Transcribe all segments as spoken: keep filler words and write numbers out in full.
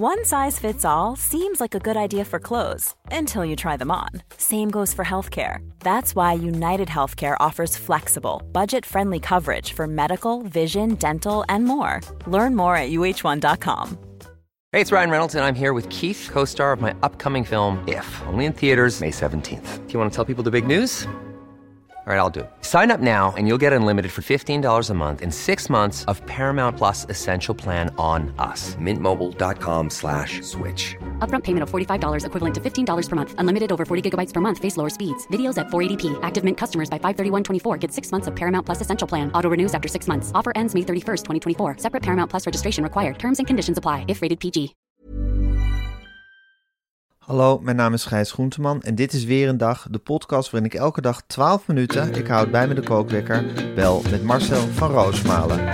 One size fits all seems like a good idea for clothes until you try them on. Same goes for healthcare. That's why United Healthcare offers flexible, budget-friendly coverage for medical, vision, dental, and more. Learn more at U H one dot com. Hey, it's Ryan Reynolds, and I'm here with Keith, co-star of my upcoming film, If, only in theaters May seventeenth. Do you want to tell people the big news? All right, I'll do it. Sign up now and you'll get unlimited for fifteen dollars a month and six months of Paramount Plus Essential Plan on us. Mint Mobile dot com slash switch. Upfront payment of forty-five dollars equivalent to fifteen dollars per month. Unlimited over forty gigabytes per month. Face lower speeds. Videos at four eighty p. Active Mint customers by five thirty-one twenty-four get six months of Paramount Plus Essential Plan. Auto renews after six months. Offer ends May thirty-first, twenty twenty-four. Separate Paramount Plus registration required. Terms and conditions apply if rated P G. Hallo, mijn naam is Gijs Groenteman en dit is weer een dag, de podcast waarin ik elke dag twaalf minuten, ik houd bij me de kookwekker, bel met Marcel van Roosmalen.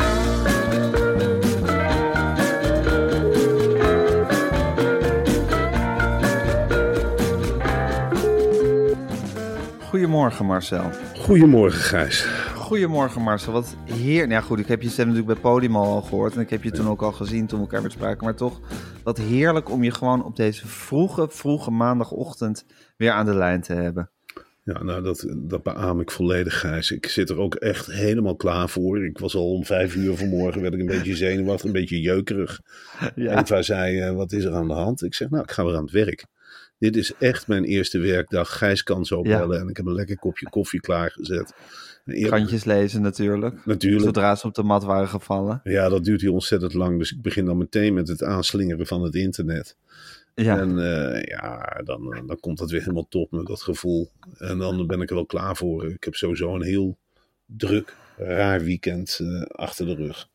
Goedemorgen Marcel. Goedemorgen Gijs. Goedemorgen Marcel, wat heer... Nou ja, goed, ik heb je stem natuurlijk bij Podimo al gehoord en ik heb je toen ook al gezien toen we elkaar weer spraken, maar toch, wat heerlijk om je gewoon op deze vroege, vroege maandagochtend weer aan de lijn te hebben. Ja, nou, dat, dat beaam ik volledig, Gijs. Ik zit er ook echt helemaal klaar voor. Ik was al om vijf uur vanmorgen, werd ik een beetje zenuwachtig, een beetje jeukerig. Ja. Eva zei, uh, wat is er aan de hand? Ik zeg, nou, ik ga weer aan het werk. Dit is echt mijn eerste werkdag. Gijs kan zo bellen ja. En ik heb een lekker kopje koffie klaargezet. Krantjes lezen natuurlijk. Natuurlijk. Zodra ze op de mat waren gevallen. Ja, dat duurt hier ontzettend lang. Dus ik begin dan meteen met het aanslingeren van het internet. Ja. En uh, ja, dan, dan komt dat weer helemaal tot me, dat gevoel. En dan ben ik er wel klaar voor. Ik heb sowieso een heel druk, raar weekend uh, achter de rug.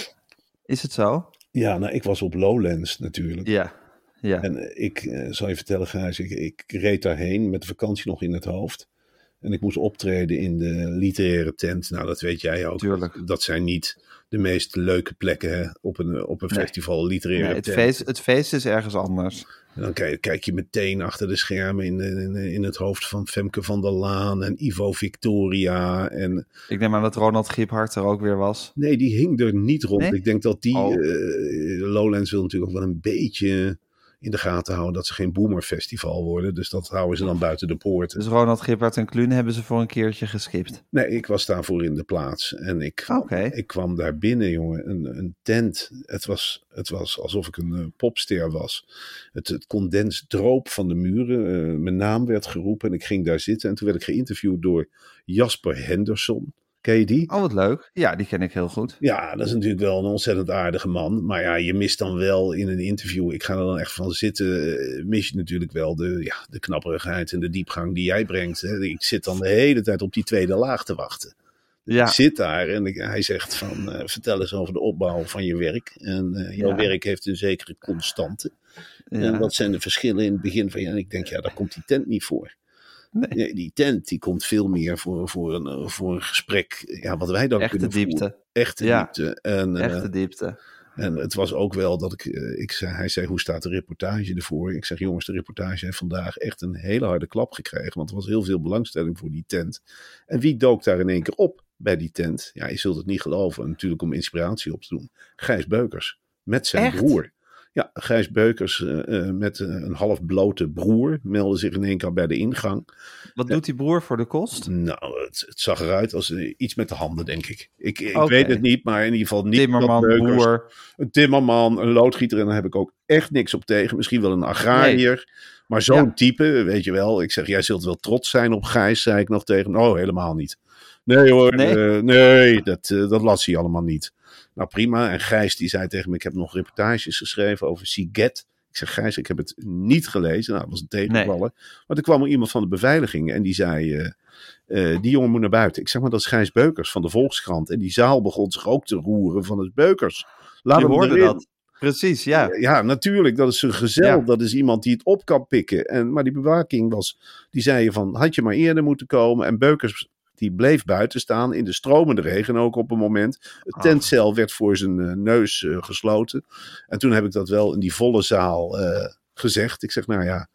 Is het zo? Ja, nou, ik was op Lowlands natuurlijk. Ja. Ja. En ik uh, zal je vertellen, Gijs, ik, ik reed daarheen met de vakantie nog in het hoofd. En ik moest optreden in de literaire tent. Nou, dat weet jij ook. Tuurlijk. Dat zijn niet de meest leuke plekken hè, op een, op een nee. festival, literaire nee, het tent. Feest, het feest is ergens anders. En dan kijk, kijk je meteen achter de schermen in, in, in het hoofd van Femke van der Laan en Ivo Victoria. En... Ik neem aan dat Ronald Giphart er ook weer was. Nee, die hing er niet rond. Nee? Ik denk dat die... Oh. Uh, Lowlands wil natuurlijk ook wel een beetje in de gaten houden dat ze geen boomerfestival worden. Dus dat houden ze dan buiten de poorten. Dus Ronald Giphart en Kluun hebben ze voor een keertje geskipt? Nee, ik was daarvoor in de plaats. En ik, okay. ik kwam daar binnen, jongen. Een, een tent. Het was, het was alsof ik een uh, popster was. Het, het condens droop van de muren. Uh, mijn naam werd geroepen en ik ging daar zitten. En toen werd ik geïnterviewd door Jasper Henderson. Ken je die? Oh, wat leuk. Ja, die ken ik heel goed. Ja, dat is natuurlijk wel een ontzettend aardige man. Maar ja, je mist dan wel in een interview, ik ga er dan echt van zitten, uh, mis je natuurlijk wel de, ja, de knapperigheid en de diepgang die jij brengt. Hè. Ik zit dan de hele tijd op die tweede laag te wachten. Ja. Ik zit daar en ik, hij zegt van, uh, vertel eens over de opbouw van je werk. En uh, jouw ja. werk heeft een zekere constante. Ja. En wat zijn de verschillen in het begin van je? En ik denk, ja, daar komt die tent niet voor. Nee. Die tent die komt veel meer voor, voor, een, voor een gesprek. Ja, wat wij dan Echte kunnen diepte. voeren. Echte ja. diepte. En, Echte uh, diepte. En het was ook wel dat ik, uh, ik zei, hij zei, hoe staat de reportage ervoor? Ik zeg, jongens, de reportage heeft vandaag echt een hele harde klap gekregen. Want er was heel veel belangstelling voor die tent. En wie dook daar in één keer op bij die tent? Ja, je zult het niet geloven. Natuurlijk om inspiratie op te doen. Gijs Beukers. Met zijn echt? broer. Ja, Gijs Beukers uh, uh, met uh, een half blote broer meldde zich in één keer bij de ingang. Wat doet die broer voor de kost? Nou, het, het zag eruit als uh, iets met de handen, denk ik. Ik, ik okay. weet het niet, maar in ieder geval niet. Timmerman, Beukers, broer. Een timmerman, een loodgieter en daar heb ik ook echt niks op tegen. Misschien wel een agrariër. Nee. Maar zo'n ja. type, weet je wel. Ik zeg, jij zult wel trots zijn op Gijs, zei ik nog tegen. Oh, helemaal niet. Nee hoor, nee, uh, nee dat, uh, dat las hij allemaal niet. Nou prima, en Gijs die zei tegen me, ik heb nog reportages geschreven over Siget. Ik zeg, Gijs, ik heb het niet gelezen. Nou, dat was een tegenvaller. Nee. Maar toen kwam er iemand van de beveiliging en die zei, uh, uh, die jongen moet naar buiten. Ik zeg, maar dat is Gijs Beukers van de Volkskrant. En die zaal begon zich ook te roeren van het Beukers. Laat Je hem hoorde erin. dat. Precies, ja. Uh, ja, natuurlijk, dat is een gezel. Ja. Dat is iemand die het op kan pikken. En, maar die bewaking was, die zei je van, had je maar eerder moeten komen. En Beukers, die bleef buiten staan in de stromende regen ook op een moment. Het tentcel oh. werd voor zijn uh, neus uh, gesloten. En toen heb ik dat wel in die volle zaal uh, gezegd. Ik zeg, nou ja.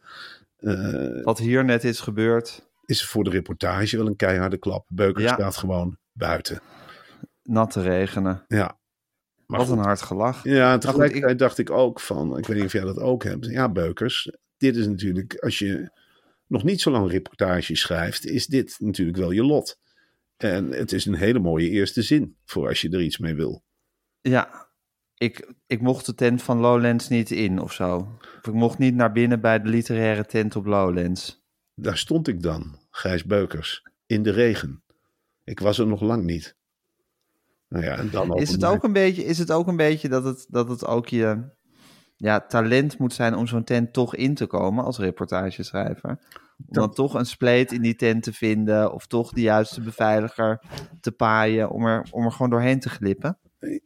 Uh, Wat hier net is gebeurd. Is voor de reportage wel een keiharde klap. Beukers ja. staat gewoon buiten. Nat te regenen. Ja. Maar Wat goed. een hard gelach. Ja, en tegelijkertijd goed, ik- dacht ik ook van, ik weet niet of jij dat ook hebt. Ja, Beukers, dit is natuurlijk, als je nog niet zo lang reportages schrijft, is dit natuurlijk wel je lot. En het is een hele mooie eerste zin voor als je er iets mee wil. Ja, ik, ik mocht de tent van Lowlands niet in of zo. Of ik mocht niet naar binnen bij de literaire tent op Lowlands. Daar stond ik dan, Gijs Beukers, in de regen. Ik was er nog lang niet. Nou ja, en dan Is het, openbaar- ook een beetje, is het ook een beetje dat het, dat het ook je ja, talent moet zijn om zo'n tent toch in te komen als reportageschrijver? Om dan Dat- toch een spleet in die tent te vinden of toch de juiste beveiliger te paaien om er, om er gewoon doorheen te glippen?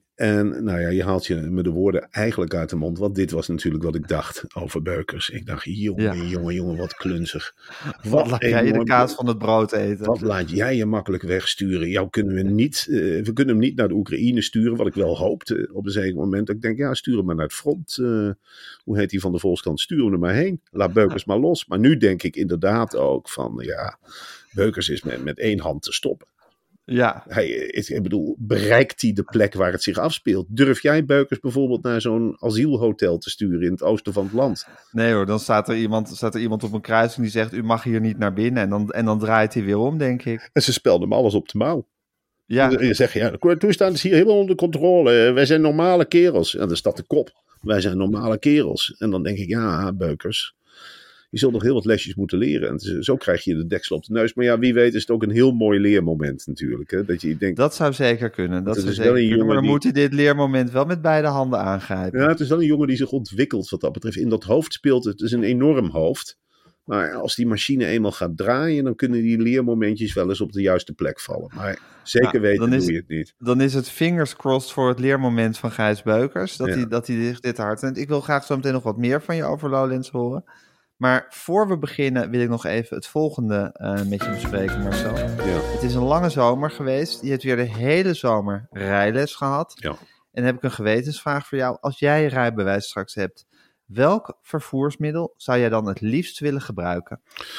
En nou ja, je haalt je me de woorden eigenlijk uit de mond. Want dit was natuurlijk wat ik dacht over Beukers. Ik dacht, jongen, Ja. jongen, jongen, wat klunzig. Wat laat jij je de enorm- kaas van het brood eten? Wat laat jij je makkelijk wegsturen? Jou kunnen we niet, eh, we kunnen hem niet naar de Oekraïne sturen. Wat ik wel hoopte op een zeker moment. Ik denk, ja, stuur hem maar naar het front. Eh, hoe heet die van de Volkskrant? Stuur hem er maar heen. Laat Beukers maar los. Maar nu denk ik inderdaad ook van, ja, Beukers is met, met één hand te stoppen. Ja, Hij, is- ik bedoel, bereikt hij de plek waar het zich afspeelt? Durf jij Beukers bijvoorbeeld naar zo'n asielhotel te sturen in het oosten van het land? nee hoor, dan staat er iemand, staat er iemand op een kruising die zegt, u mag hier niet naar binnen. En dan, en dan draait hij weer om, denk ik. En ze spelden hem alles op de mouw. Ja, En je zegt, ja, de toestand is hier helemaal onder controle. Wij zijn normale kerels. En dan staat de kop. Wij zijn normale kerels. En dan denk ik, ja, Beukers, je zult nog heel wat lesjes moeten leren. En zo krijg je de deksel op de neus. Maar ja, wie weet is het ook een heel mooi leermoment natuurlijk. Hè? Dat je denkt, dat zou zeker kunnen. Dat Het zou is wel zeker een kunnen. Maar jongen dan die- moet hij dit leermoment wel met beide handen aangrijpen. ja, het is wel een jongen die zich ontwikkelt wat dat betreft. In dat hoofd speelt het, het is een enorm hoofd. Maar als die machine eenmaal gaat draaien, dan kunnen die leermomentjes wel eens op de juiste plek vallen. Maar zeker Ja, weten dan is- doe je het niet. Dan is het fingers crossed voor het leermoment van Gijs Beukers. Dat Ja. hij, dat hij dit, dit hard neemt. Ik wil graag zo meteen nog wat meer van je over Lowlands horen. Maar voor we beginnen wil ik nog even het volgende eh, met je bespreken, Marcel. Ja, Het is een lange zomer geweest. Je hebt weer de hele zomer rijles gehad. ja. En dan heb ik een gewetensvraag voor jou. Als jij je rijbewijs straks hebt, welk vervoersmiddel zou jij dan het liefst willen gebruiken?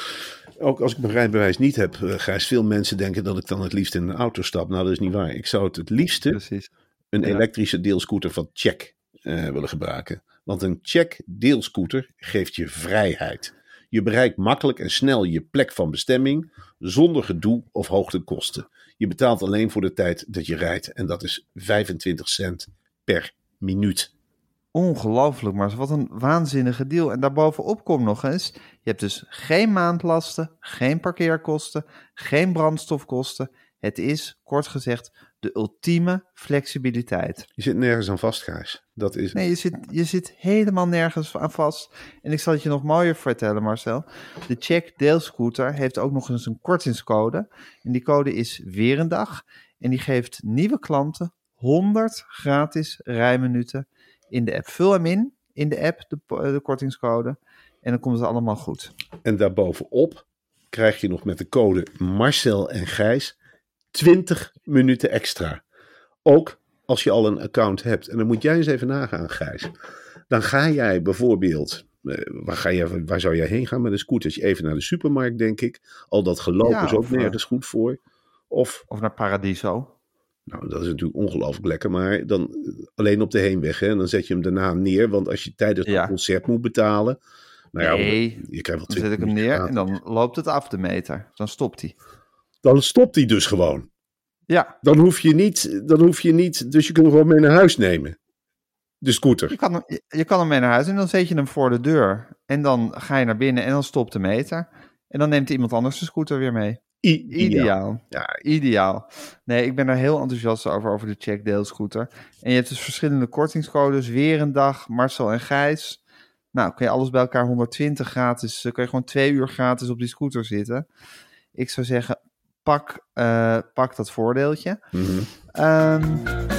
Ook als ik mijn rijbewijs niet heb, uh, Gijs, veel mensen denken dat ik dan het liefst in een auto stap. Nou, dat is niet waar. Ik zou het het liefste Precies. een Ja. elektrische deelscooter van Check uh, willen gebruiken. Want een Check deelscooter geeft je vrijheid. Je bereikt makkelijk en snel je plek van bestemming zonder gedoe of hoogte kosten. Je betaalt alleen voor de tijd dat je rijdt en dat is vijfentwintig cent per minuut. Ongelooflijk, maar wat een waanzinnige deal. En daarbovenop komt nog eens, je hebt dus geen maandlasten, geen parkeerkosten, geen brandstofkosten. Het is, kort gezegd, de ultieme flexibiliteit. Je zit nergens aan vast, Gijs. Dat is het. Nee, je zit, je zit helemaal nergens aan vast. En ik zal het je nog mooier vertellen, Marcel. De Check deelscooter heeft ook nog eens een kortingscode. En die code is weer een dag. En die geeft nieuwe klanten honderd gratis rijminuten in de app. Vul hem in, in de app, de, de kortingscode. En dan komt het allemaal goed. En daarbovenop krijg je nog met de code Marcel en Gijs twintig minuten extra. Ook als je al een account hebt. En dan moet jij eens even nagaan, Gijs. Dan ga jij bijvoorbeeld, eh, waar, ga je, waar zou jij heen gaan met een scootertje? Even naar de supermarkt, denk ik. Al dat gelopen Ja, is ook of, eh, nergens goed voor. Of, Of naar Paradiso. nou, dat is natuurlijk ongelooflijk lekker, maar dan eh, alleen op de heenweg. Hè? En dan zet je hem daarna neer, want als je tijdens Ja. een concert moet betalen. Nou ja, Nee, je krijgt wel Dan twintig zet ik hem minuten neer gratis. en dan loopt het af de meter. Dan stopt hij. Dan stopt hij dus gewoon. Ja, Dan hoef je niet, dan hoef je niet, dus je kunt hem gewoon mee naar huis nemen. De scooter. Je kan, hem, je, je kan hem mee naar huis en dan zet je hem voor de deur. En dan ga je naar binnen en dan stopt de meter. En dan neemt iemand anders de scooter weer mee. I- Ideaal. Ja, Ideaal. Nee, ik ben daar heel enthousiast over, over de Check deelscooter. En je hebt dus verschillende kortingscodes. Weer een dag, Marcel en Gijs. Nou, kun je alles bij elkaar honderdtwintig gratis. Dan kun je gewoon twee uur gratis op die scooter zitten. Ik zou zeggen, pak, uh, pak dat voordeeltje. mhm. Um,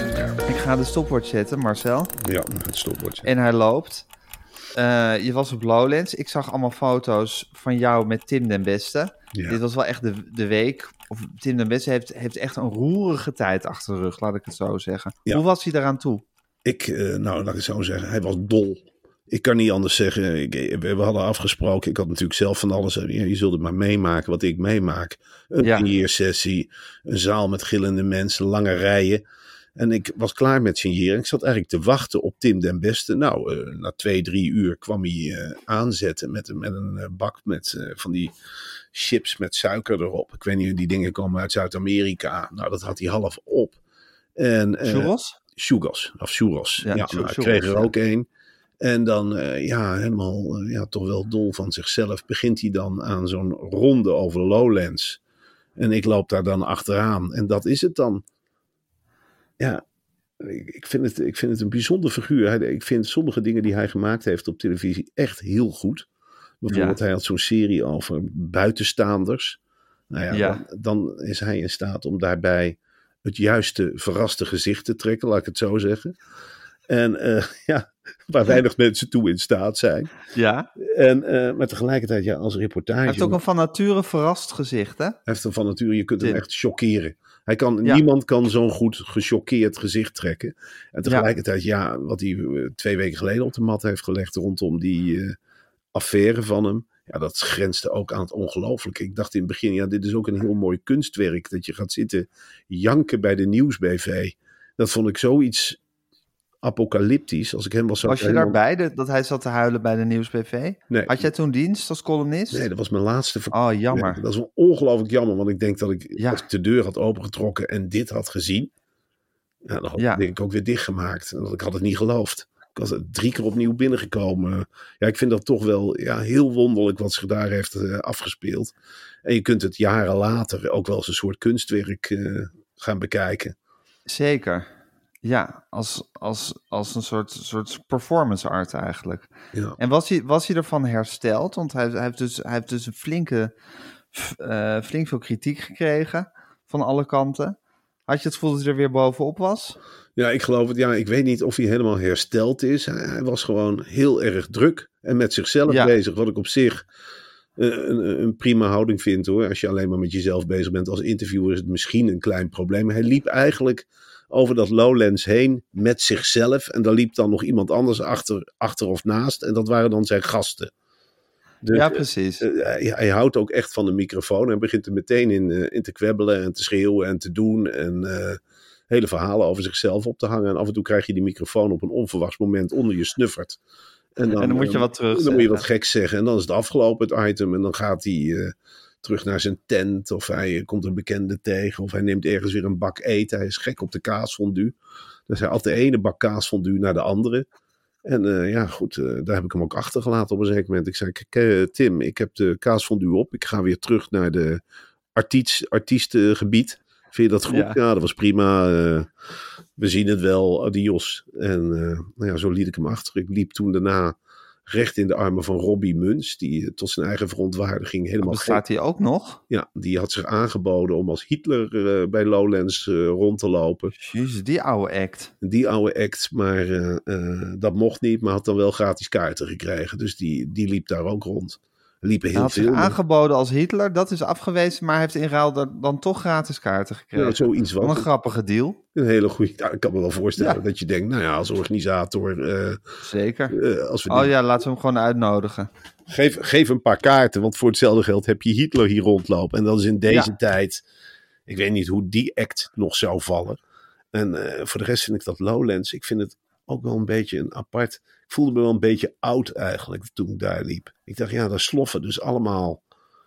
ik ga de stopwatch zetten, Marcel. Ja, het stopwoordje. En hij loopt. Uh, je was op Lowlands. Ik zag allemaal foto's van jou met Tim den Beste. Ja. Dit was wel echt de, de week. Of Tim den Beste heeft, heeft echt een roerige tijd achter de rug, laat ik het zo zeggen. Ja. Hoe was hij daaraan toe? Ik, uh, nou laat ik het zo zeggen, hij was dol. Ik kan niet anders zeggen. Ik, we hadden afgesproken. Ik had natuurlijk zelf van alles. Ja, je zult het maar meemaken wat ik meemaak. Een Ja. signeersessie, een zaal met gillende mensen, lange rijen. En ik was klaar met signeren. Ik zat eigenlijk te wachten op Tim den Beste. Nou, uh, na twee, drie uur kwam hij uh, aanzetten met, met een uh, bak met uh, van die chips met suiker erop. Ik weet niet, die dingen komen uit Zuid-Amerika. Nou, dat had hij half op. En, uh, Churros? Churros, of churros. Ja, ja, nou, ik kreeg er ook een. En dan, uh, ja, helemaal, uh, ja, toch wel dol van zichzelf, begint hij dan aan zo'n ronde over Lowlands. En ik loop daar dan achteraan. En dat is het dan. Ja, ik vind het, ik vind het een bijzonder figuur. Hij, ik vind sommige dingen die hij gemaakt heeft op televisie echt heel goed. Bijvoorbeeld, ja. Hij had zo'n serie over buitenstaanders. Nou ja, ja. Dan, dan is hij in staat om daarbij het juiste verraste gezicht te trekken, laat ik het zo zeggen. En uh, ja, waar weinig mensen toe in staat zijn. Ja. En, uh, maar tegelijkertijd, ja, als reportage... Hij heeft ook een van nature verrast gezicht, hè? Hij heeft een van nature, je kunt hem echt chockeren. Hij kan, ja. Niemand kan zo'n goed gechoqueerd gezicht trekken. En tegelijkertijd, ja, ja wat hij uh, twee weken geleden op de mat heeft gelegd rondom die uh, affaire van hem. Ja, dat grenste ook aan het ongelooflijke. Ik dacht in het begin, ja, dit is ook een heel mooi kunstwerk. Dat je gaat zitten janken bij de Nieuws B V. Dat vond ik zoiets apocalyptisch. Als ik hem was, was je helemaal... daarbij, de, dat hij zat te huilen bij de Nieuws B V? Nee. Had jij toen dienst als columnist? Nee, dat was mijn laatste vakantie. Oh, jammer. Nee, dat is wel ongelooflijk jammer, want ik denk dat ik, ja. als ik de deur had opengetrokken en dit had gezien, ja, dan had ja. ik denk ik ook weer dichtgemaakt. En ik had het niet geloofd. Ik was er drie keer opnieuw binnengekomen. Ja, ik vind dat toch wel ja, heel wonderlijk wat zich daar heeft uh, afgespeeld. En je kunt het jaren later ook wel als een soort kunstwerk uh, gaan bekijken. Zeker. Ja, als, als, als een soort, soort performance art eigenlijk. Ja. En was hij, was hij ervan hersteld? Want hij, hij, heeft, dus, hij heeft dus een flinke, uh, flink veel kritiek gekregen van alle kanten. Had je het gevoel dat hij er weer bovenop was? Ja, ik geloof het. Ja, ik weet niet of hij helemaal hersteld is. Hij, hij was gewoon heel erg druk en met zichzelf ja. bezig. Wat ik op zich uh, een, een prima houding vind, hoor. Als je alleen maar met jezelf bezig bent als interviewer is het misschien een klein probleem. Hij liep eigenlijk over dat Lowlands heen met zichzelf. En daar liep dan nog iemand anders achter, achter of naast. En dat waren dan zijn gasten. Dus, ja, precies. Uh, hij, hij houdt ook echt van de microfoon. En begint er meteen in, uh, in te kwebbelen en te schreeuwen en te doen. En uh, hele verhalen over zichzelf op te hangen. En af en toe krijg je die microfoon op een onverwachts moment onder je snuffert. En dan, en dan moet je wat terug Dan zeggen. moet je wat geks zeggen. En dan is het afgelopen, het item. En dan gaat hij uh, terug naar zijn tent. Of hij uh, komt een bekende tegen. Of hij neemt ergens weer een bak eten. Hij is gek op de kaasfondue. Dus hij had de ene bak kaasfondue naar de andere. En uh, ja, goed, uh, daar heb ik hem ook achtergelaten op een zeker moment. Ik zei, kijk, Tim, ik heb de kaasfondue op. Ik ga weer terug naar de artiest, artiestengebied. Vind je dat goed? Ja, ja dat was prima. Uh, we zien het wel, adios. En uh, nou ja, zo liet ik hem achter. Ik liep toen daarna recht in de armen van Robbie Muns. Die tot zijn eigen verontwaardiging helemaal... Bestaat hij ook nog? Ja, die had zich aangeboden om als Hitler uh, bij Lowlands uh, rond te lopen. Jezus, die oude act. Die oude act, maar uh, uh, dat mocht niet. Maar had dan wel gratis kaarten gekregen. Dus die, die liep daar ook rond. Liepen heel hij had veel. zich aangeboden als Hitler, dat is afgewezen. Maar hij heeft in ruil dan toch gratis kaarten gekregen. Ja, zoiets wat. Wat een grappige deal. Een hele goede. Ja, ik kan me wel voorstellen ja. dat je denkt, nou ja, als organisator. Uh, Zeker. Uh, als we oh die... ja, laten we hem gewoon uitnodigen. Geef, geef een paar kaarten, want voor hetzelfde geld heb je Hitler hier rondlopen. En dat is in deze ja. tijd. Ik weet niet hoe die act nog zou vallen. En uh, voor de rest vind ik dat Lowlands. Ik vind het ook wel een beetje een apart. Ik voelde me wel een beetje oud eigenlijk toen ik daar liep. Ik dacht, ja, daar sloffen dus allemaal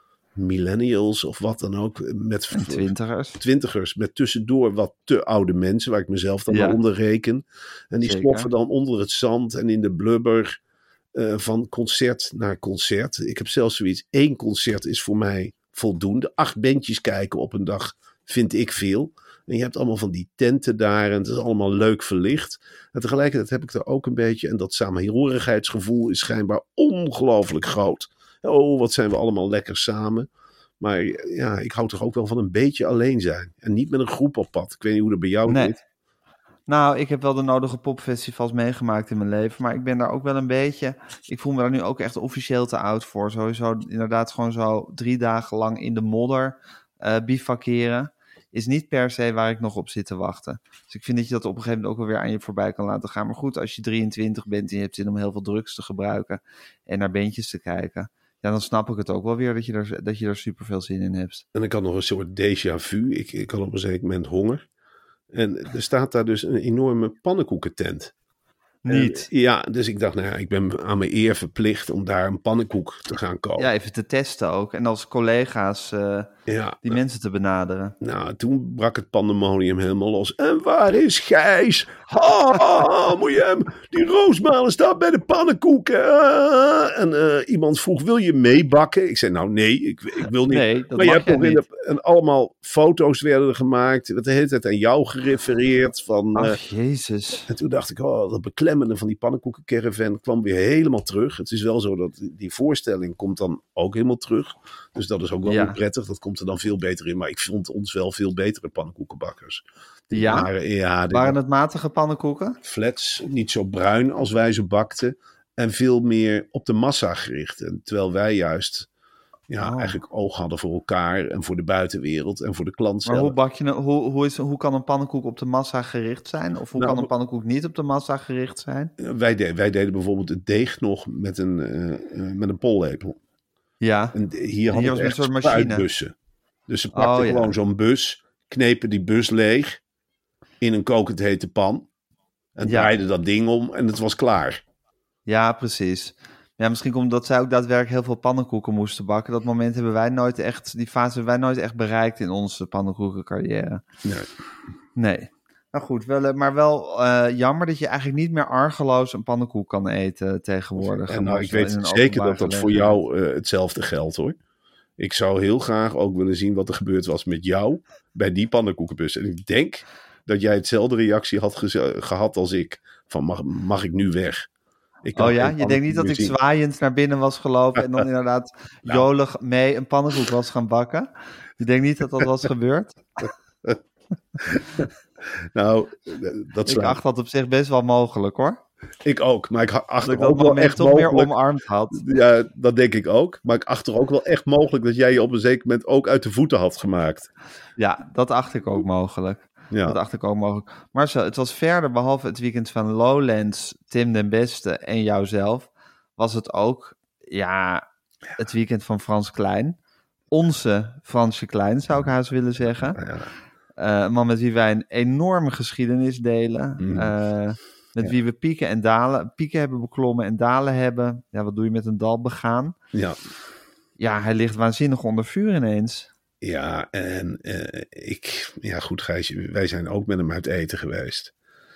millennials of wat dan ook. Met en twintigers. Twintigers, met tussendoor wat te oude mensen, waar ik mezelf dan ja. wel onder reken. En die Zeker. sloffen dan onder het zand en in de blubber uh, van concert naar concert. Ik heb zelfs zoiets, één concert is voor mij voldoende. Acht bandjes kijken op een dag vind ik veel. En je hebt allemaal van die tenten daar en het is allemaal leuk verlicht. En tegelijkertijd heb ik er ook een beetje, en dat samenhorigheidsgevoel is schijnbaar ongelooflijk groot. Oh, wat zijn we allemaal lekker samen. Maar ja, ik hou toch ook wel van een beetje alleen zijn. En niet met een groep op pad. Ik weet niet hoe dat bij jou nee. zit. Nou, ik heb wel de nodige popfestivals meegemaakt in mijn leven. Maar ik ben daar ook wel een beetje... Ik voel me daar nu ook echt officieel te oud voor. Sowieso inderdaad gewoon zo drie dagen lang in de modder uh, bivakeren. Is niet per se waar ik nog op zit te wachten. Dus ik vind dat je dat op een gegeven moment ook wel weer aan je voorbij kan laten gaan. Maar goed, als je drieëntwintig bent en je hebt zin om heel veel drugs te gebruiken en naar bandjes te kijken, ja, dan snap ik het ook wel weer dat je er, dat je er super veel zin in hebt. En ik had nog een soort déjà vu. Ik, ik had op een zeker moment honger. En er staat daar dus een enorme pannenkoekentent. Niet. En, ja, dus ik dacht, nou ja, ik ben aan mijn eer verplicht om daar een pannenkoek te gaan kopen. Ja, even te testen ook. En als collega's uh, ja. die mensen te benaderen. Nou, toen brak het pandemonium helemaal los. En waar is Gijs? Ha, ha, ha, moet je hem? Die roosmalen staat bij de pannenkoeken. Uh, en uh, iemand vroeg, wil je meebakken? Ik zei, nou nee, ik, ik wil niet. Nee, dat maar je mag hebt nog in niet. de, en allemaal foto's werden er gemaakt. Er werd de hele tijd aan jou gerefereerd. Van, Ach, uh, jezus. En toen dacht ik, oh, dat beklemmende van die pannenkoekencaravan kwam weer helemaal terug. Het is wel zo dat die voorstelling komt dan ook helemaal terug. Dus dat is ook wel Ja. weer prettig. Dat komt er dan veel beter in. Maar ik vond ons wel veel betere pannenkoekenbakkers. Die Ja? waren, ja, die Waren het matige pannenkoeken? flats, niet zo bruin als wij ze bakten. En veel meer op de massa gericht. En terwijl wij juist ja, Oh. eigenlijk oog hadden voor elkaar. En voor de buitenwereld. En voor de klant Maar zelf. hoe, bak je, een- hoe, hoe, is, hoe kan een pannenkoek op de massa gericht zijn? Of hoe Nou, kan een pannenkoek niet op de massa gericht zijn? Wij, de, wij deden bijvoorbeeld het deeg nog met een, uh, uh, met een pollepel. Ja. En hier hadden was we een echt soort machine. spuitbussen. Dus ze pakten Oh, ja. gewoon zo'n bus, knepen die bus leeg in een kokend hete pan. En Ja. draaiden dat ding om en het was klaar. Ja, precies. Ja, misschien komt dat zij ook daadwerkelijk heel veel pannenkoeken moesten bakken. Dat moment hebben wij nooit echt, die fase hebben wij nooit echt bereikt in onze pannenkoekencarrière. Nee. Nee. Nou goed, wel, eh, maar wel uh, jammer dat je eigenlijk niet meer argeloos een pannenkoek kan eten tegenwoordig. En nou, ik In weet een zeker dat openbare dat voor jou uh, hetzelfde geldt hoor. Ik zou heel graag ook willen zien wat er gebeurd was met jou bij die pannenkoekenbus. En ik denk dat jij hetzelfde reactie had geze- gehad als ik. Van mag, mag ik nu weg? Ik Oh ja, je denkt niet dat ik zien. zwaaiend naar binnen was gelopen en dan inderdaad Nou. jolig mee een pannenkoek was gaan bakken? Je denkt niet dat dat was gebeurd? Nou, dat Ik zou acht dat op zich best wel mogelijk hoor. ik ook. Maar ik Dat achter ik dat ook wel moment echt toch meer mogelijk. omarmd had. Ja, dat denk ik ook. Maar ik achter ook wel echt mogelijk dat jij je op een zeker moment ook uit de voeten had gemaakt. Ja, dat acht ik ook mogelijk. Dat Ja, acht ik ook mogelijk. Marcel, het was verder, behalve het weekend van Lowlands, Tim den Beste en jouzelf, was het ook, ja, het weekend van Frans Klein. Onze Fransje Klein, zou ik haast willen zeggen. ja. Uh, een man met wie wij een enorme geschiedenis delen. Mm. Uh, met Ja. wie we pieken en dalen, pieken hebben beklommen en dalen hebben. Ja, wat doe je met een dal begaan? ja. Ja, hij ligt waanzinnig onder vuur ineens. Ja, en uh, ik... Ja, goed, Gijsje, wij zijn ook met hem uit eten geweest.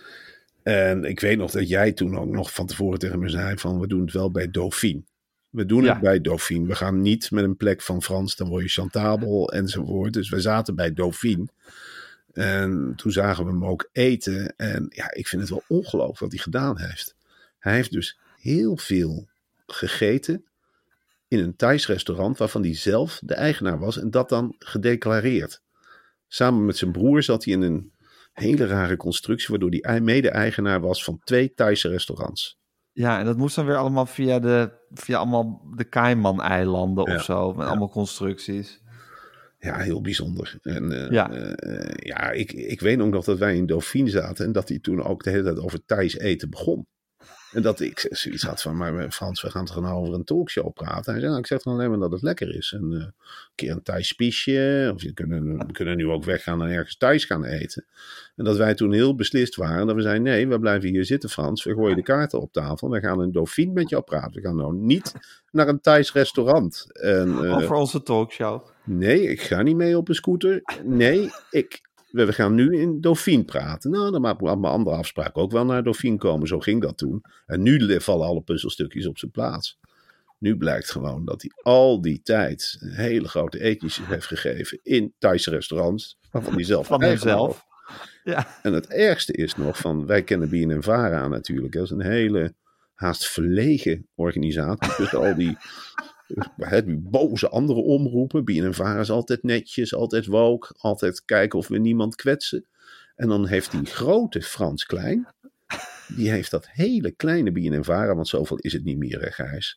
En ik weet nog dat jij toen ook nog van tevoren tegen me zei van, we doen het wel bij Dauphine. We doen Ja. het bij Dauphine. We gaan niet met een plek van Frans, dan word je chantabel enzovoort. Dus we zaten bij Dauphine. En toen zagen we hem ook eten. En ja, ik vind het wel ongelooflijk wat hij gedaan heeft. Hij heeft dus heel veel gegeten in een Thais restaurant waarvan hij zelf de eigenaar was en dat dan gedeclareerd. Samen met zijn broer zat hij in een hele rare constructie waardoor hij mede-eigenaar was van twee Thaise restaurants. Ja, en dat moest dan weer allemaal via de, via allemaal de Cayman-eilanden Ja, of zo. Met ja. allemaal constructies. Ja, heel bijzonder. En uh, Ja. uh, ja, ik, ik weet ook nog dat wij in Dauphine zaten en dat hij toen ook de hele tijd over Thais eten begon. En dat ik zoiets had van, maar Frans, we gaan toch nou over een talkshow praten. Hij zei, nou, ik zeg toch alleen maar dat het lekker is. En uh, een keer een Thais spiesje, of we kunnen, we kunnen nu ook weggaan en ergens Thais gaan eten. En dat wij toen heel beslist waren, dat we zeiden, nee, we blijven hier zitten, Frans. We gooien de kaarten op tafel, we gaan in Dauphine met jou praten. We gaan nou niet naar een Thais restaurant. En, uh, Over onze talkshow. nee, ik ga niet mee op een scooter. Nee, ik... We gaan nu in Dauphine praten. Nou, dan maken we allemaal andere afspraken ook wel naar Dauphine komen. Zo ging dat toen. En nu vallen alle puzzelstukjes op zijn plaats. Nu blijkt gewoon dat hij al die tijd hele grote eetjes heeft gegeven in Thaise restaurants. Waarvan hij zelf Van eigenaar hemzelf. was. Ja. En het ergste is nog van, wij kennen B N N Vara natuurlijk. Dat is een hele haast verlegen organisatie. Tussen al die... die boze andere omroepen. B N N Vara is altijd netjes, altijd woke, altijd kijken of we niemand kwetsen. En dan heeft die grote Frans Klein, die heeft dat hele kleine B N N Vara, want zoveel is het niet meer, hè, Gijs.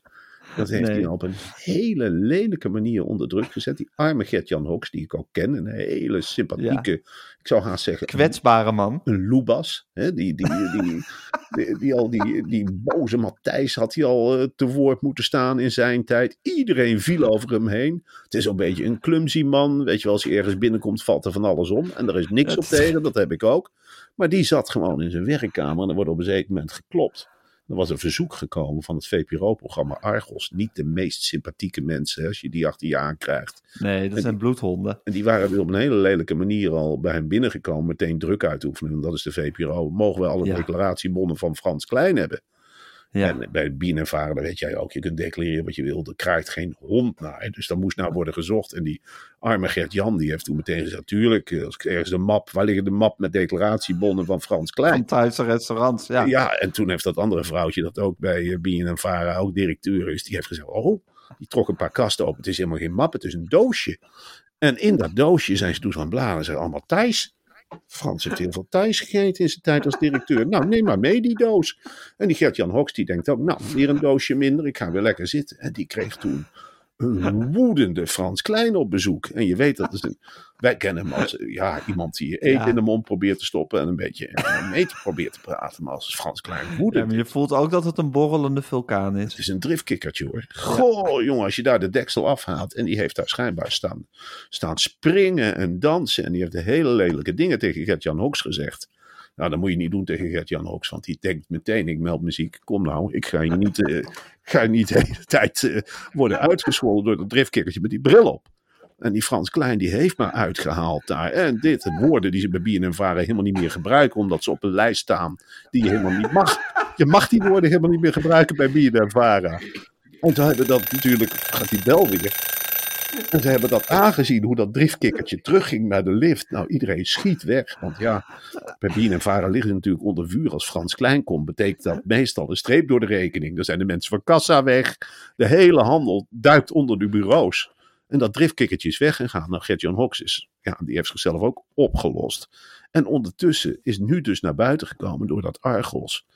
Dat heeft Nee. hij op een hele lelijke manier onder druk gezet. Die arme Gert-Jan Hoks, die ik ook ken. Een hele sympathieke, ik zou haast zeggen... Kwetsbare man. Een loebas. Hè? Die, die, die, die, die, die, al die, die boze Matthijs had hij al uh, te woord moeten staan in zijn tijd. Iedereen viel over hem heen. Het is een beetje een clumsy man. Weet je wel, als hij ergens binnenkomt, valt er van alles om. En er is niks op tegen, dat heb ik ook. Maar die zat gewoon in zijn werkkamer en er wordt op een zeker moment geklopt. Er was een verzoek gekomen van het V P R O-programma Argos. Niet de meest sympathieke mensen, hè, als je die achter je aankrijgt. Nee, dat en zijn die, bloedhonden. En die waren weer op een hele lelijke manier al bij hem binnengekomen. Meteen druk uitoefenen. En dat is de V P R O. Mogen we alle Ja. declaratiebonnen van Frans Klein hebben? Ja. En bij B N N Vara, weet jij ook, je kunt declareren wat je wil. Er krijgt geen hond naar. Dus daar moest nou worden gezocht. En die arme Gert-Jan, die heeft toen meteen gezegd, tuurlijk, als ik ergens de map, waar liggen de map met declaratiebonnen van Frans Klein? Van Thaise restaurants, ja. Ja, en toen heeft dat andere vrouwtje, dat ook bij B N N Vara ook directeur is, die heeft gezegd, oh, die trok een paar kasten open. Het is helemaal geen map, het is een doosje. En in dat doosje zijn ze toen gaan bladeren. Ze zijn allemaal Thais. Frans heeft heel veel Thais gegeten in zijn tijd als directeur. Nou, neem maar mee die doos. En die Gert-Jan Hoks die denkt ook, nou, weer een doosje minder. Ik ga weer lekker zitten. En die kreeg toen een woedende Frans Klein op bezoek. En je weet dat is een... Wij kennen hem als ja, iemand die je eten Ja. in de mond probeert te stoppen. En een beetje mee te probeert te praten. Maar als Frans Klein woedend. Ja, maar je voelt ook dat het een borrelende vulkaan Het is. is een driftkikkertje hoor. Goh, jongen, als je daar de deksel afhaalt. En die heeft daar schijnbaar staan, staan springen en dansen. En die heeft de hele lelijke dingen tegen Gert-Jan Hoks gezegd. Nou, dat moet je niet doen tegen Gert-Jan Hoks. Want die denkt meteen, ik meld muziek. Kom nou, ik ga je niet, uh, ga je niet de hele tijd uh, worden uitgescholden door dat driftkikkertje met die bril op. En die Frans Klein, die heeft maar uitgehaald daar. En dit, de woorden die ze bij B N N Vara helemaal niet meer gebruiken. Omdat ze op een lijst staan die je helemaal niet mag. Je mag die woorden helemaal niet meer gebruiken bij B N N Vara. En toen hebben dat natuurlijk, gaat die bel weer. En ze hebben dat aangezien, hoe dat driftkikkertje terugging naar de lift. Nou, iedereen schiet weg. Want ja, bij B N N Vara liggen ze natuurlijk onder vuur. Als Frans Klein komt, betekent dat meestal een streep door de rekening. Dan zijn de mensen van kassa weg. De hele handel duikt onder de bureaus. En dat driftkikkertje is weggegaan. Nou, Gert-Jan Hoks is, ja, die heeft zichzelf ook opgelost. En ondertussen is nu dus naar buiten gekomen door dat Argos.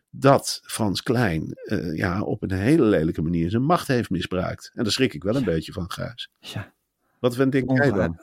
Dat Frans Klein uh, ja, op een hele lelijke manier zijn macht heeft misbruikt. En daar schrik ik wel een beetje van, Gijs. Ja. Wat denk jij Ongeveer. dan?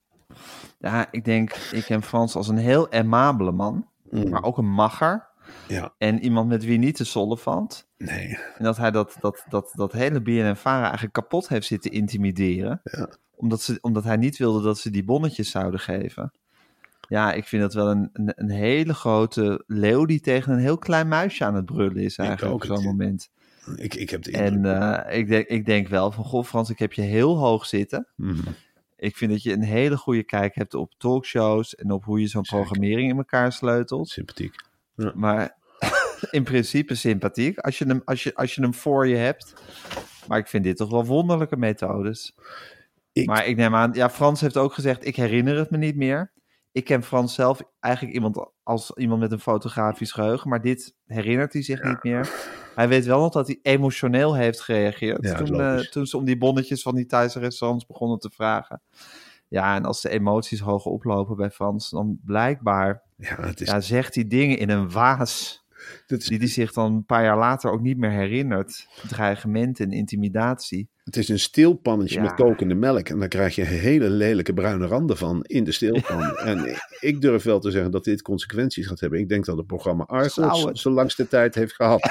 Ja, ik denk, ik ken Frans als een heel aimabele man. Mm. Maar ook een macher. Ja, En iemand met wie niet te sollen valt. nee. En dat hij dat, dat, dat, dat hele B N N Vara eigenlijk kapot heeft zitten intimideren. Ja. Omdat, ze, omdat hij niet wilde dat ze die bonnetjes zouden geven. Ja, ik vind dat wel een, een, een hele grote leeuw die tegen een heel klein muisje aan het brullen is eigenlijk ook op zo'n het. moment. Ik, ik heb de En indruk. uh, ik, denk, ik denk wel van, goh Frans, ik heb je heel hoog zitten. Mhm. Ik vind dat je een hele goede kijk hebt op talkshows en op hoe je zo'n Zeker. programmering in elkaar sleutelt. Sympathiek. Maar in principe sympathiek als je, hem, als, je, als je hem voor je hebt. Maar ik vind dit toch wel wonderlijke methodes. Ik- Maar ik neem aan, ja, Frans heeft ook gezegd, ik herinner het me niet meer. Ik ken Frans zelf eigenlijk iemand als iemand met een fotografisch geheugen, maar dit herinnert hij zich niet meer. Hij weet wel nog dat hij emotioneel heeft gereageerd Ja, toen, uh, logisch. toen ze om die bonnetjes van die Thaise restaurants begonnen te vragen. Ja, en als de emoties hoog oplopen bij Frans, dan blijkbaar Ja, het is, ja, zegt hij dingen in een waas het is, die hij zich dan een paar jaar later ook niet meer herinnert. Dreigement en intimidatie. het is een steelpannetje Ja. met kokende melk. En daar krijg je hele lelijke bruine randen van in de steelpan. En ik durf wel te zeggen dat dit consequenties gaat hebben. Ik denk dat het programma Zou Argos het? zo langste tijd heeft gehad.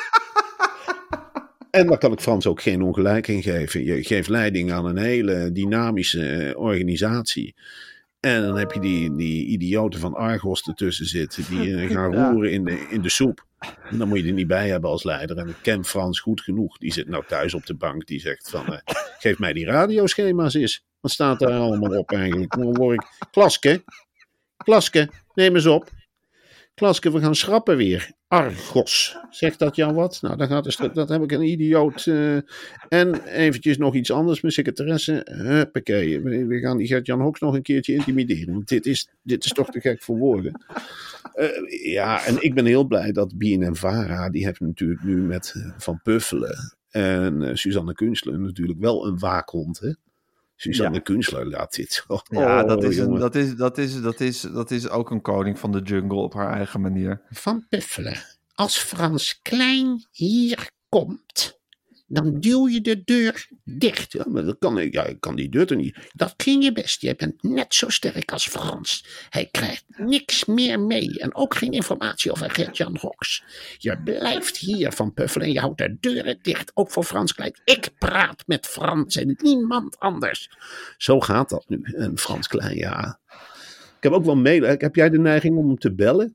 En daar kan ik Frans ook geen ongelijk in geven. Je geeft leiding aan een hele dynamische eh, organisatie. En dan heb je die, die idioten van Argos ertussen zitten. Die eh, gaan Ja. roeren in de, in de soep. En dan moet je er niet bij hebben als leider. En ik ken Frans goed genoeg. Die zit nou thuis op de bank. Die zegt van, eh, geef mij die radioschema's eens. Wat staat daar allemaal op eigenlijk? Dan hoor ik, Klaske, Klaske, neem eens op. Klaske, we gaan schrappen weer. Argos. Zegt dat jou wat? Nou, dan gaat de stuk, dat heb ik een idioot. Uh, en eventjes nog iets anders, mijn secretaresse. Huppakee, we, we gaan die Gert-Jan Hoks nog een keertje intimideren. Want dit is, dit is toch te gek voor woorden. Uh, ja, en ik ben heel blij dat B N N Vara, die heeft natuurlijk nu met uh, Van Puffelen en uh, Suzanne Kunstler natuurlijk wel een waakhond, hè? Suzanne ja. Kunstler laat dit. Oh, ja, dat is, oh, een, dat, is, dat, is, dat, is, dat is ook een koning van de jungle op haar eigen manier. Van Puffelen. Als Frans Klein hier komt, dan duw je de deur dicht. Ja, maar dat kan ik. Ja, ik kan die deur toch niet. Dat kun je best. Je bent net zo sterk als Frans. Hij krijgt niks meer mee. En ook geen informatie over Gert-Jan Roks. Je blijft hier Van Puffelen en je houdt de deuren dicht. Ook voor Frans Klein. Ik praat met Frans en niemand anders. Zo gaat dat nu. En Frans Klein, ja. Ik heb ook wel mee. Heb jij de neiging om hem te bellen?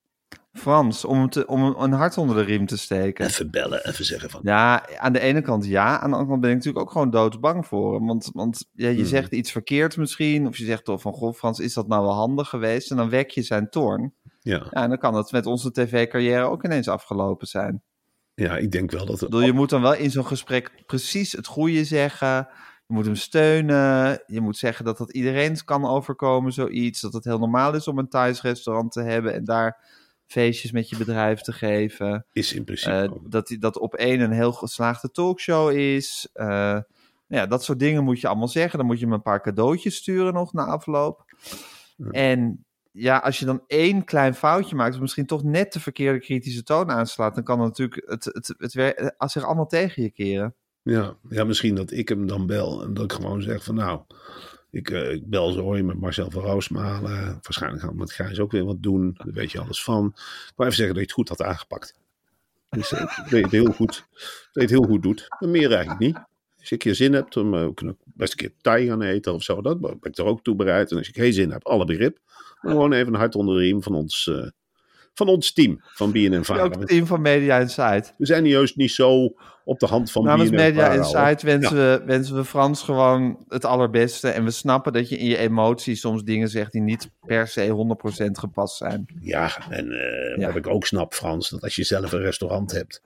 Frans, om, hem te, om een hart onder de riem te steken. Even bellen, even zeggen van... Ja, aan de ene kant ja. Aan de andere kant ben ik natuurlijk ook gewoon doodsbang voor hem. Want, want ja, je hmm. zegt iets verkeerd misschien. Of je zegt toch van, goh Frans, is dat nou wel handig geweest? En dan wek je zijn toorn. Ja. Ja, en dan kan het met onze tv-carrière ook ineens afgelopen zijn. Ja, ik denk wel dat... Het... Bedoel, je moet dan wel in zo'n gesprek precies het goede zeggen. Je moet hem steunen. Je moet zeggen dat dat iedereen kan overkomen, zoiets. Dat het heel normaal is om een Thais restaurant te hebben en daar feestjes met je bedrijf te geven. Is in principe. Uh, dat, dat op één een heel geslaagde talkshow is. Uh, ja, dat soort dingen moet je allemaal zeggen. Dan moet je hem een paar cadeautjes sturen nog na afloop. Ja. En ja, als je dan één klein foutje maakt, of misschien toch net de verkeerde kritische toon aanslaat, dan kan het natuurlijk het, het, het, het, het zich allemaal tegen je keren. Ja, ja, misschien dat ik hem dan bel en dat ik gewoon zeg van nou, ik, uh, ik bel zo hoor je met Marcel van Roosmalen. Waarschijnlijk gaan we met Gijs ook weer wat doen. Daar weet je alles van. Maar even zeggen dat je het goed had aangepakt. Dus uh, dat je het heel goed, dat je het heel goed doet. En meer eigenlijk niet. Als ik hier zin heb, dan uh, kunnen we best een keer Thai gaan eten of zo. Dat ben ik er ook toe bereid. En als ik geen zin heb, alle begrip. Dan gewoon even een hart onder de riem van ons... Uh, Van ons team, van B N N Vara. Ook het team van Media Insight. We zijn juist niet zo op de hand van Namens B N N Media Vara. Insight wensen, ja. we, wensen we Frans gewoon het allerbeste. En we snappen dat je in je emoties soms dingen zegt die niet per se honderd procent gepast zijn. Ja, en uh, ja. wat ik ook snap, Frans, dat als je zelf een restaurant hebt.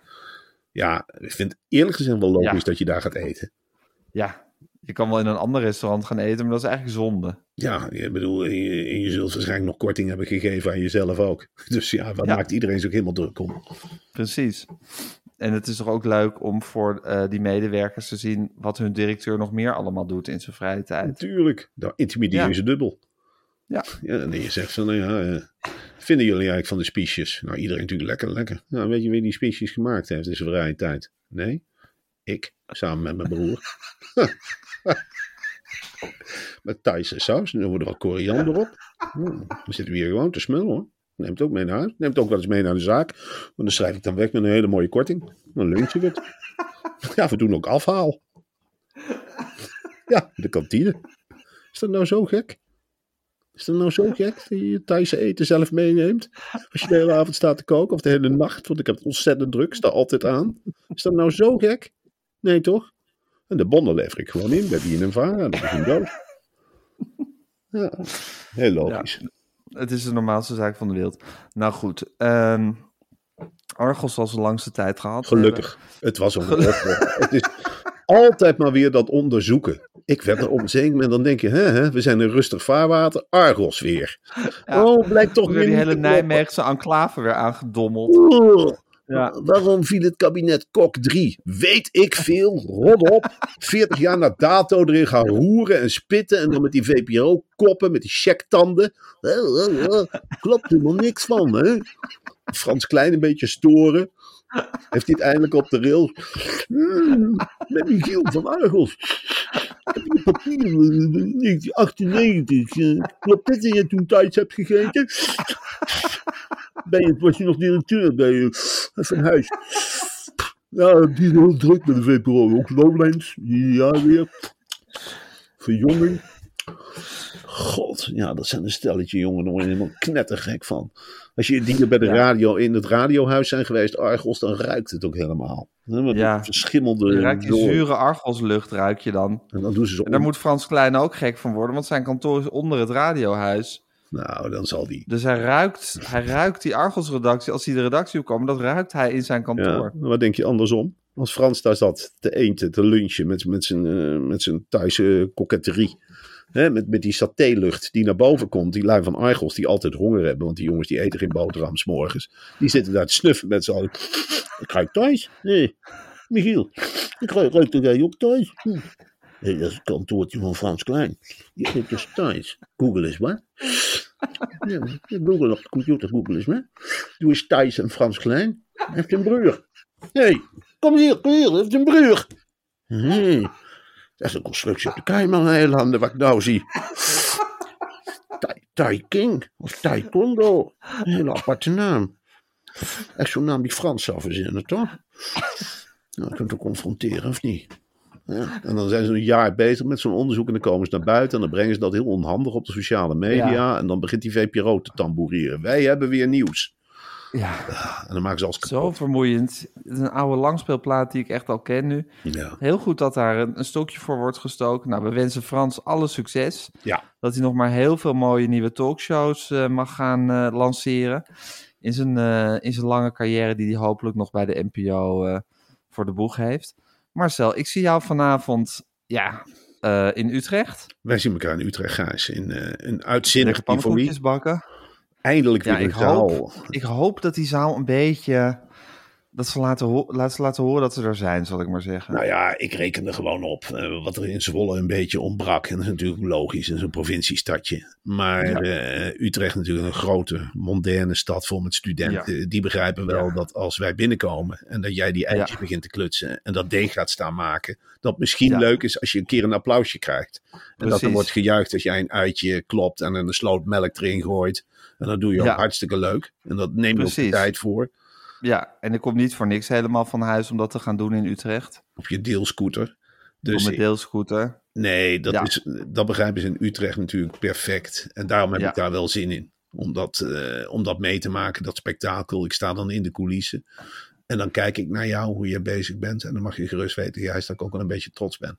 Ja, ik vind eerlijk gezegd wel logisch ja. dat je daar gaat eten. Ja, je kan wel in een ander restaurant gaan eten, maar dat is eigenlijk zonde. Ja, ik bedoel, en je, en je zult waarschijnlijk nog korting hebben gegeven aan jezelf ook. Dus ja, daar ja. maakt iedereen zich ook helemaal druk om. Precies. En het is toch ook leuk om voor uh, die medewerkers te zien wat hun directeur nog meer allemaal doet in zijn vrije tijd. Natuurlijk, daar intimideer je ja. ze dubbel. Ja. Ja. En je zegt van, nou ja, uh, vinden jullie eigenlijk van de spiesjes? Nou, iedereen natuurlijk lekker, lekker. Nou, weet je wie die spiesjes gemaakt heeft in zijn vrije tijd? Nee, ik, samen met mijn broer. Met Thaise saus. Dan wordt er wat koriander op. Dan zitten we hier gewoon te smullen hoor. Neemt het ook mee naar huis. Neemt het ook wel eens mee naar de zaak. Want dan schrijf ik dan weg met een hele mooie korting. Dan lunch je het. Ja, we doen ook afhaal. Ja, de kantine. Is dat nou zo gek? Is dat nou zo gek dat je je Thaise eten zelf meeneemt? Als je de hele avond staat te koken of de hele nacht. Want ik heb het ontzettend druk. Sta altijd aan. Is dat nou zo gek? Nee toch? En de bonnen lever ik gewoon in bij B N N Vara. Dat is een dood. Ja, heel logisch. Ja, het is de normaalste zaak van de wereld. Nou goed, um, Argos was de langste tijd gehad. Gelukkig. Hebben. Het was een Gelukkig. Het is altijd maar weer dat onderzoeken. Ik werd er om zeker en dan denk je, hè, hè, we zijn in rustig vaarwater, Argos weer. Ja, oh, blijkt toch weer die hele Nijmeegse enclave weer aangedommeld. Oh. Ja. Waarom viel het kabinet Kok drie? Weet ik veel. Rot op. veertig jaar na dato erin gaan roeren en spitten. En dan met die V P R O-koppen, met die checktanden. Klopt helemaal niks van, hè? Frans Klein een beetje storen. Heeft hij het eindelijk op de rail? Hmm, met Michiel van Argos. Heb je papier negentien achtennegentig? Klopt dit dat je toen thuis hebt gegeten? Ben je, was je nog directeur bij je van huis? Ja, die is heel druk met de V P R O. Ook Lowlands, ja weer. Verjonging. God, ja, dat zijn een stelletje jongen, daar word je helemaal knettergek van. Als je die bij de radio, in het radiohuis zijn geweest, Argos, dan ruikt het ook helemaal. Met ja, verschimmelde... Je ruikt die zure Argoslucht, ruik je dan. En, dan doen ze zo en daar moet Frans Klein ook gek van worden, want zijn kantoor is onder het radiohuis. Nou, dan zal die... Dus hij ruikt, hij ruikt die Argos-redactie, als hij de redactie opkomt, dat ruikt hij in zijn kantoor. Ja, wat denk je andersom? Als Frans daar zat te eten, te lunchen met, met zijn, uh, met zijn Thaise koketterie. Hè, met, met die satélucht die naar boven komt. Die lui van Argos die altijd honger hebben. Want die jongens die eten geen boterham 's morgens. Die zitten daar te snuffen met z'n allen. Ik ruik thuis. Nee, Michiel. Ik ruik, ruik dat jij ook thuis. Hm. Nee, dat is het kantoortje van Frans Klein. Die ruikt dus thuis. Google is wat? Ja, Google op de computer. Google is wat? Doe eens Thijs en Frans Klein. Hij heeft een broer. Hé, hey, Kom hier, kom hier, dat is een brug. Hmm. Dat is een constructie op de Cayman-eilanden, wat ik nou zie. Tai, tai King, of Taekwondo. Een hele aparte naam. Echt zo'n naam die Frans zou verzinnen, toch? Nou, je kunt het confronteren, of niet? Ja. En dan zijn ze een jaar bezig met zo'n onderzoek en dan komen ze naar buiten en dan brengen ze dat heel onhandig op de sociale media ja. En dan begint die V P R O te tamboureren. Wij hebben weer nieuws. Ja. En dan maken ze alles kapot. Zo vermoeiend. Het is een oude langspeelplaat die ik echt al ken nu. Ja. Heel goed dat daar een, een stokje voor wordt gestoken. Nou, we wensen Frans alle succes. Ja. Dat hij nog maar heel veel mooie nieuwe talkshows uh, mag gaan uh, lanceren. In zijn, uh, in zijn lange carrière die hij hopelijk nog bij de N P O uh, voor de boeg heeft. Marcel, ik zie jou vanavond ja, uh, in Utrecht. Wij zien elkaar in Utrecht, Gijs. In uh, een uitzinnig pannenkoekjes bakken. Eindelijk weer ja, een ik zaal. Hoop, ik hoop dat die zaal een beetje... Dat ze laten, ho- laten ze laten horen dat ze er zijn, zal ik maar zeggen. Nou ja, ik reken er gewoon op. Uh, wat er in Zwolle een beetje ontbrak. En dat is natuurlijk logisch. Dat is een provinciestadje. Maar ja. uh, Utrecht natuurlijk een grote, moderne stad vol met studenten. Ja. Die begrijpen wel ja. dat als wij binnenkomen en dat jij die eitjes ja. begint te klutsen en dat deeg gaat staan maken. Dat misschien ja. leuk is als je een keer een applausje krijgt. En Precies. dat er wordt gejuicht als jij een eitje klopt en een sloot melk erin gooit. En dat doe je ja. ook hartstikke leuk. En dat neem je ook de tijd voor. Ja, en ik kom niet voor niks helemaal van huis om dat te gaan doen in Utrecht. Op je deelscooter. Dus Op mijn deelscooter. Nee, dat, ja. is, dat begrijpen ze in Utrecht natuurlijk perfect. En daarom heb ja. ik daar wel zin in. Om dat, uh, om dat mee te maken, dat spektakel. Ik sta dan in de coulissen. En dan kijk ik naar jou, hoe je bezig bent. En dan mag je gerust weten, Gijs, dat ik ook wel een beetje trots ben.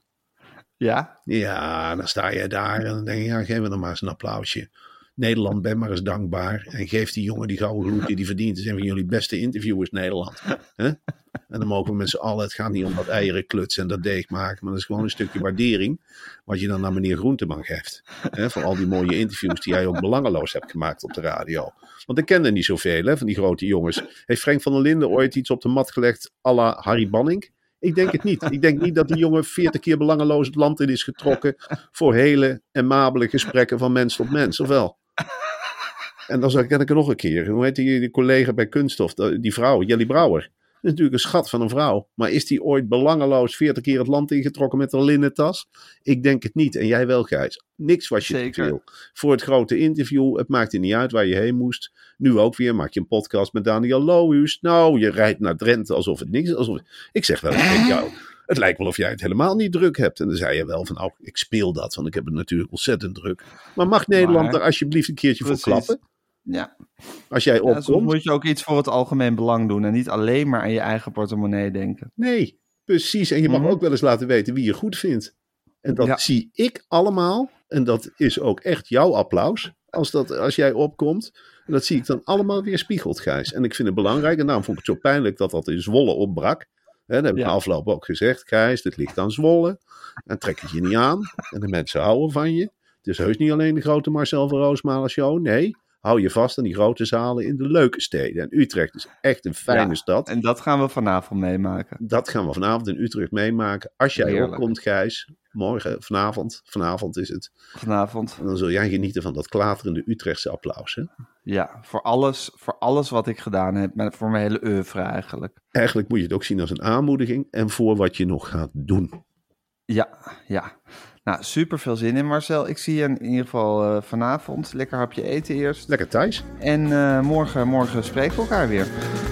Ja? Ja, dan sta je daar en dan denk je, ja, geef me dan maar eens een applausje. Nederland, ben maar eens dankbaar. En geef die jongen die gouden gloed die die verdient. Het is een van jullie beste interviewers, Nederland. He? En dan mogen we met z'n allen, het gaat niet om dat eieren klutsen en dat deeg maken. Maar dat is gewoon een stukje waardering. Wat je dan naar meneer Groenteman geeft. He? Voor al die mooie interviews die jij ook belangeloos hebt gemaakt op de radio. Want ik ken er niet zoveel hè, van die grote jongens. Heeft Frank van der Linden ooit iets op de mat gelegd à la Harry Banning? Ik denk het niet. Ik denk niet dat die jongen veertig keer belangeloos het land in is getrokken voor hele amabele gesprekken van mens tot mens, of wel? En dan ken ik er nog een keer. Hoe heet die, die collega bij Kunststof? Die vrouw, Jelly Brouwer. Dat is natuurlijk een schat van een vrouw. Maar is die ooit belangeloos veertig keer het land ingetrokken met een linnen tas? Ik denk het niet. En jij wel, Gijs. Niks was je te veel. Voor het grote interview, het maakte niet uit waar je heen moest. Nu ook weer, maak je een podcast met Daniel Lohuus. Nou, je rijdt naar Drenthe alsof het niks is. Alsof... Ik zeg wel tegen jou, het lijkt wel of jij het helemaal niet druk hebt. En dan zei je wel van, nou, ik speel dat, want ik heb het natuurlijk ontzettend druk. Maar mag Nederland maar, er alsjeblieft een keertje precies. voor klappen? Ja. Als jij opkomt... Ja, moet je ook iets voor het algemeen belang doen en niet alleen maar aan je eigen portemonnee denken. Nee, precies. En je mag mm-hmm. ook wel eens laten weten wie je goed vindt. En dat ja. zie ik allemaal. En dat is ook echt jouw applaus. Als, dat, als jij opkomt. En dat zie ik dan allemaal weer spiegeld, Gijs. En ik vind het belangrijk. En daarom vond ik het zo pijnlijk dat dat in Zwolle opbrak. He, dat heb ik ja. na afloop ook gezegd. Gijs, dit ligt aan Zwolle. En trek het je niet aan. En de mensen houden van je. Het is heus niet alleen de grote Marcel van Roosmalen show. Nee. Hou je vast aan die grote zalen in de leuke steden. En Utrecht is echt een fijne ja, stad. En dat gaan we vanavond meemaken. Dat gaan we vanavond in Utrecht meemaken. Als jij Heerlijk. opkomt, Gijs. Morgen, vanavond. Vanavond is het. Vanavond. En dan zul jij genieten van dat klaterende Utrechtse applaus. Hè? Ja, voor alles, voor alles wat ik gedaan heb. Voor mijn hele oeuvre eigenlijk. Eigenlijk moet je het ook zien als een aanmoediging. En voor wat je nog gaat doen. Ja, ja. Nou, super veel zin in, Marcel. Ik zie je in ieder geval uh, vanavond. Lekker hapje eten eerst. Lekker thuis. En uh, morgen, morgen spreken we elkaar weer.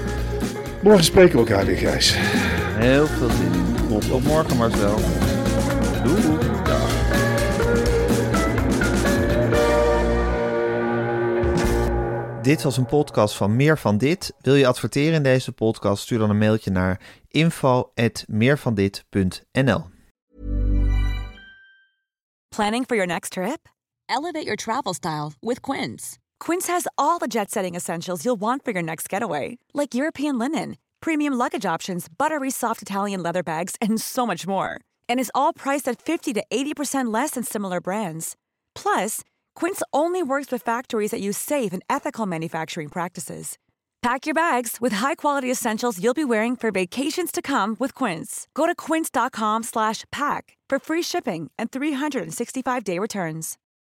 Morgen spreken we elkaar weer, Gijs. Heel veel zin in. Tot morgen, Marcel. Doei. Dag. Dit was een podcast van Meer van Dit. Wil je adverteren in deze podcast? Stuur dan een mailtje naar info at meervandit punt n l. Planning for your next trip? Elevate your travel style with Quince. Quince has all the jet-setting essentials you'll want for your next getaway, like European linen, premium luggage options, buttery soft Italian leather bags, and so much more. And is all priced at fifty to eighty percent less than similar brands. Plus, Quince only works with factories that use safe and ethical manufacturing practices. Pack your bags with high-quality essentials you'll be wearing for vacations to come with Quince. Go to quince dot com slash pack for free shipping and three sixty-five day returns.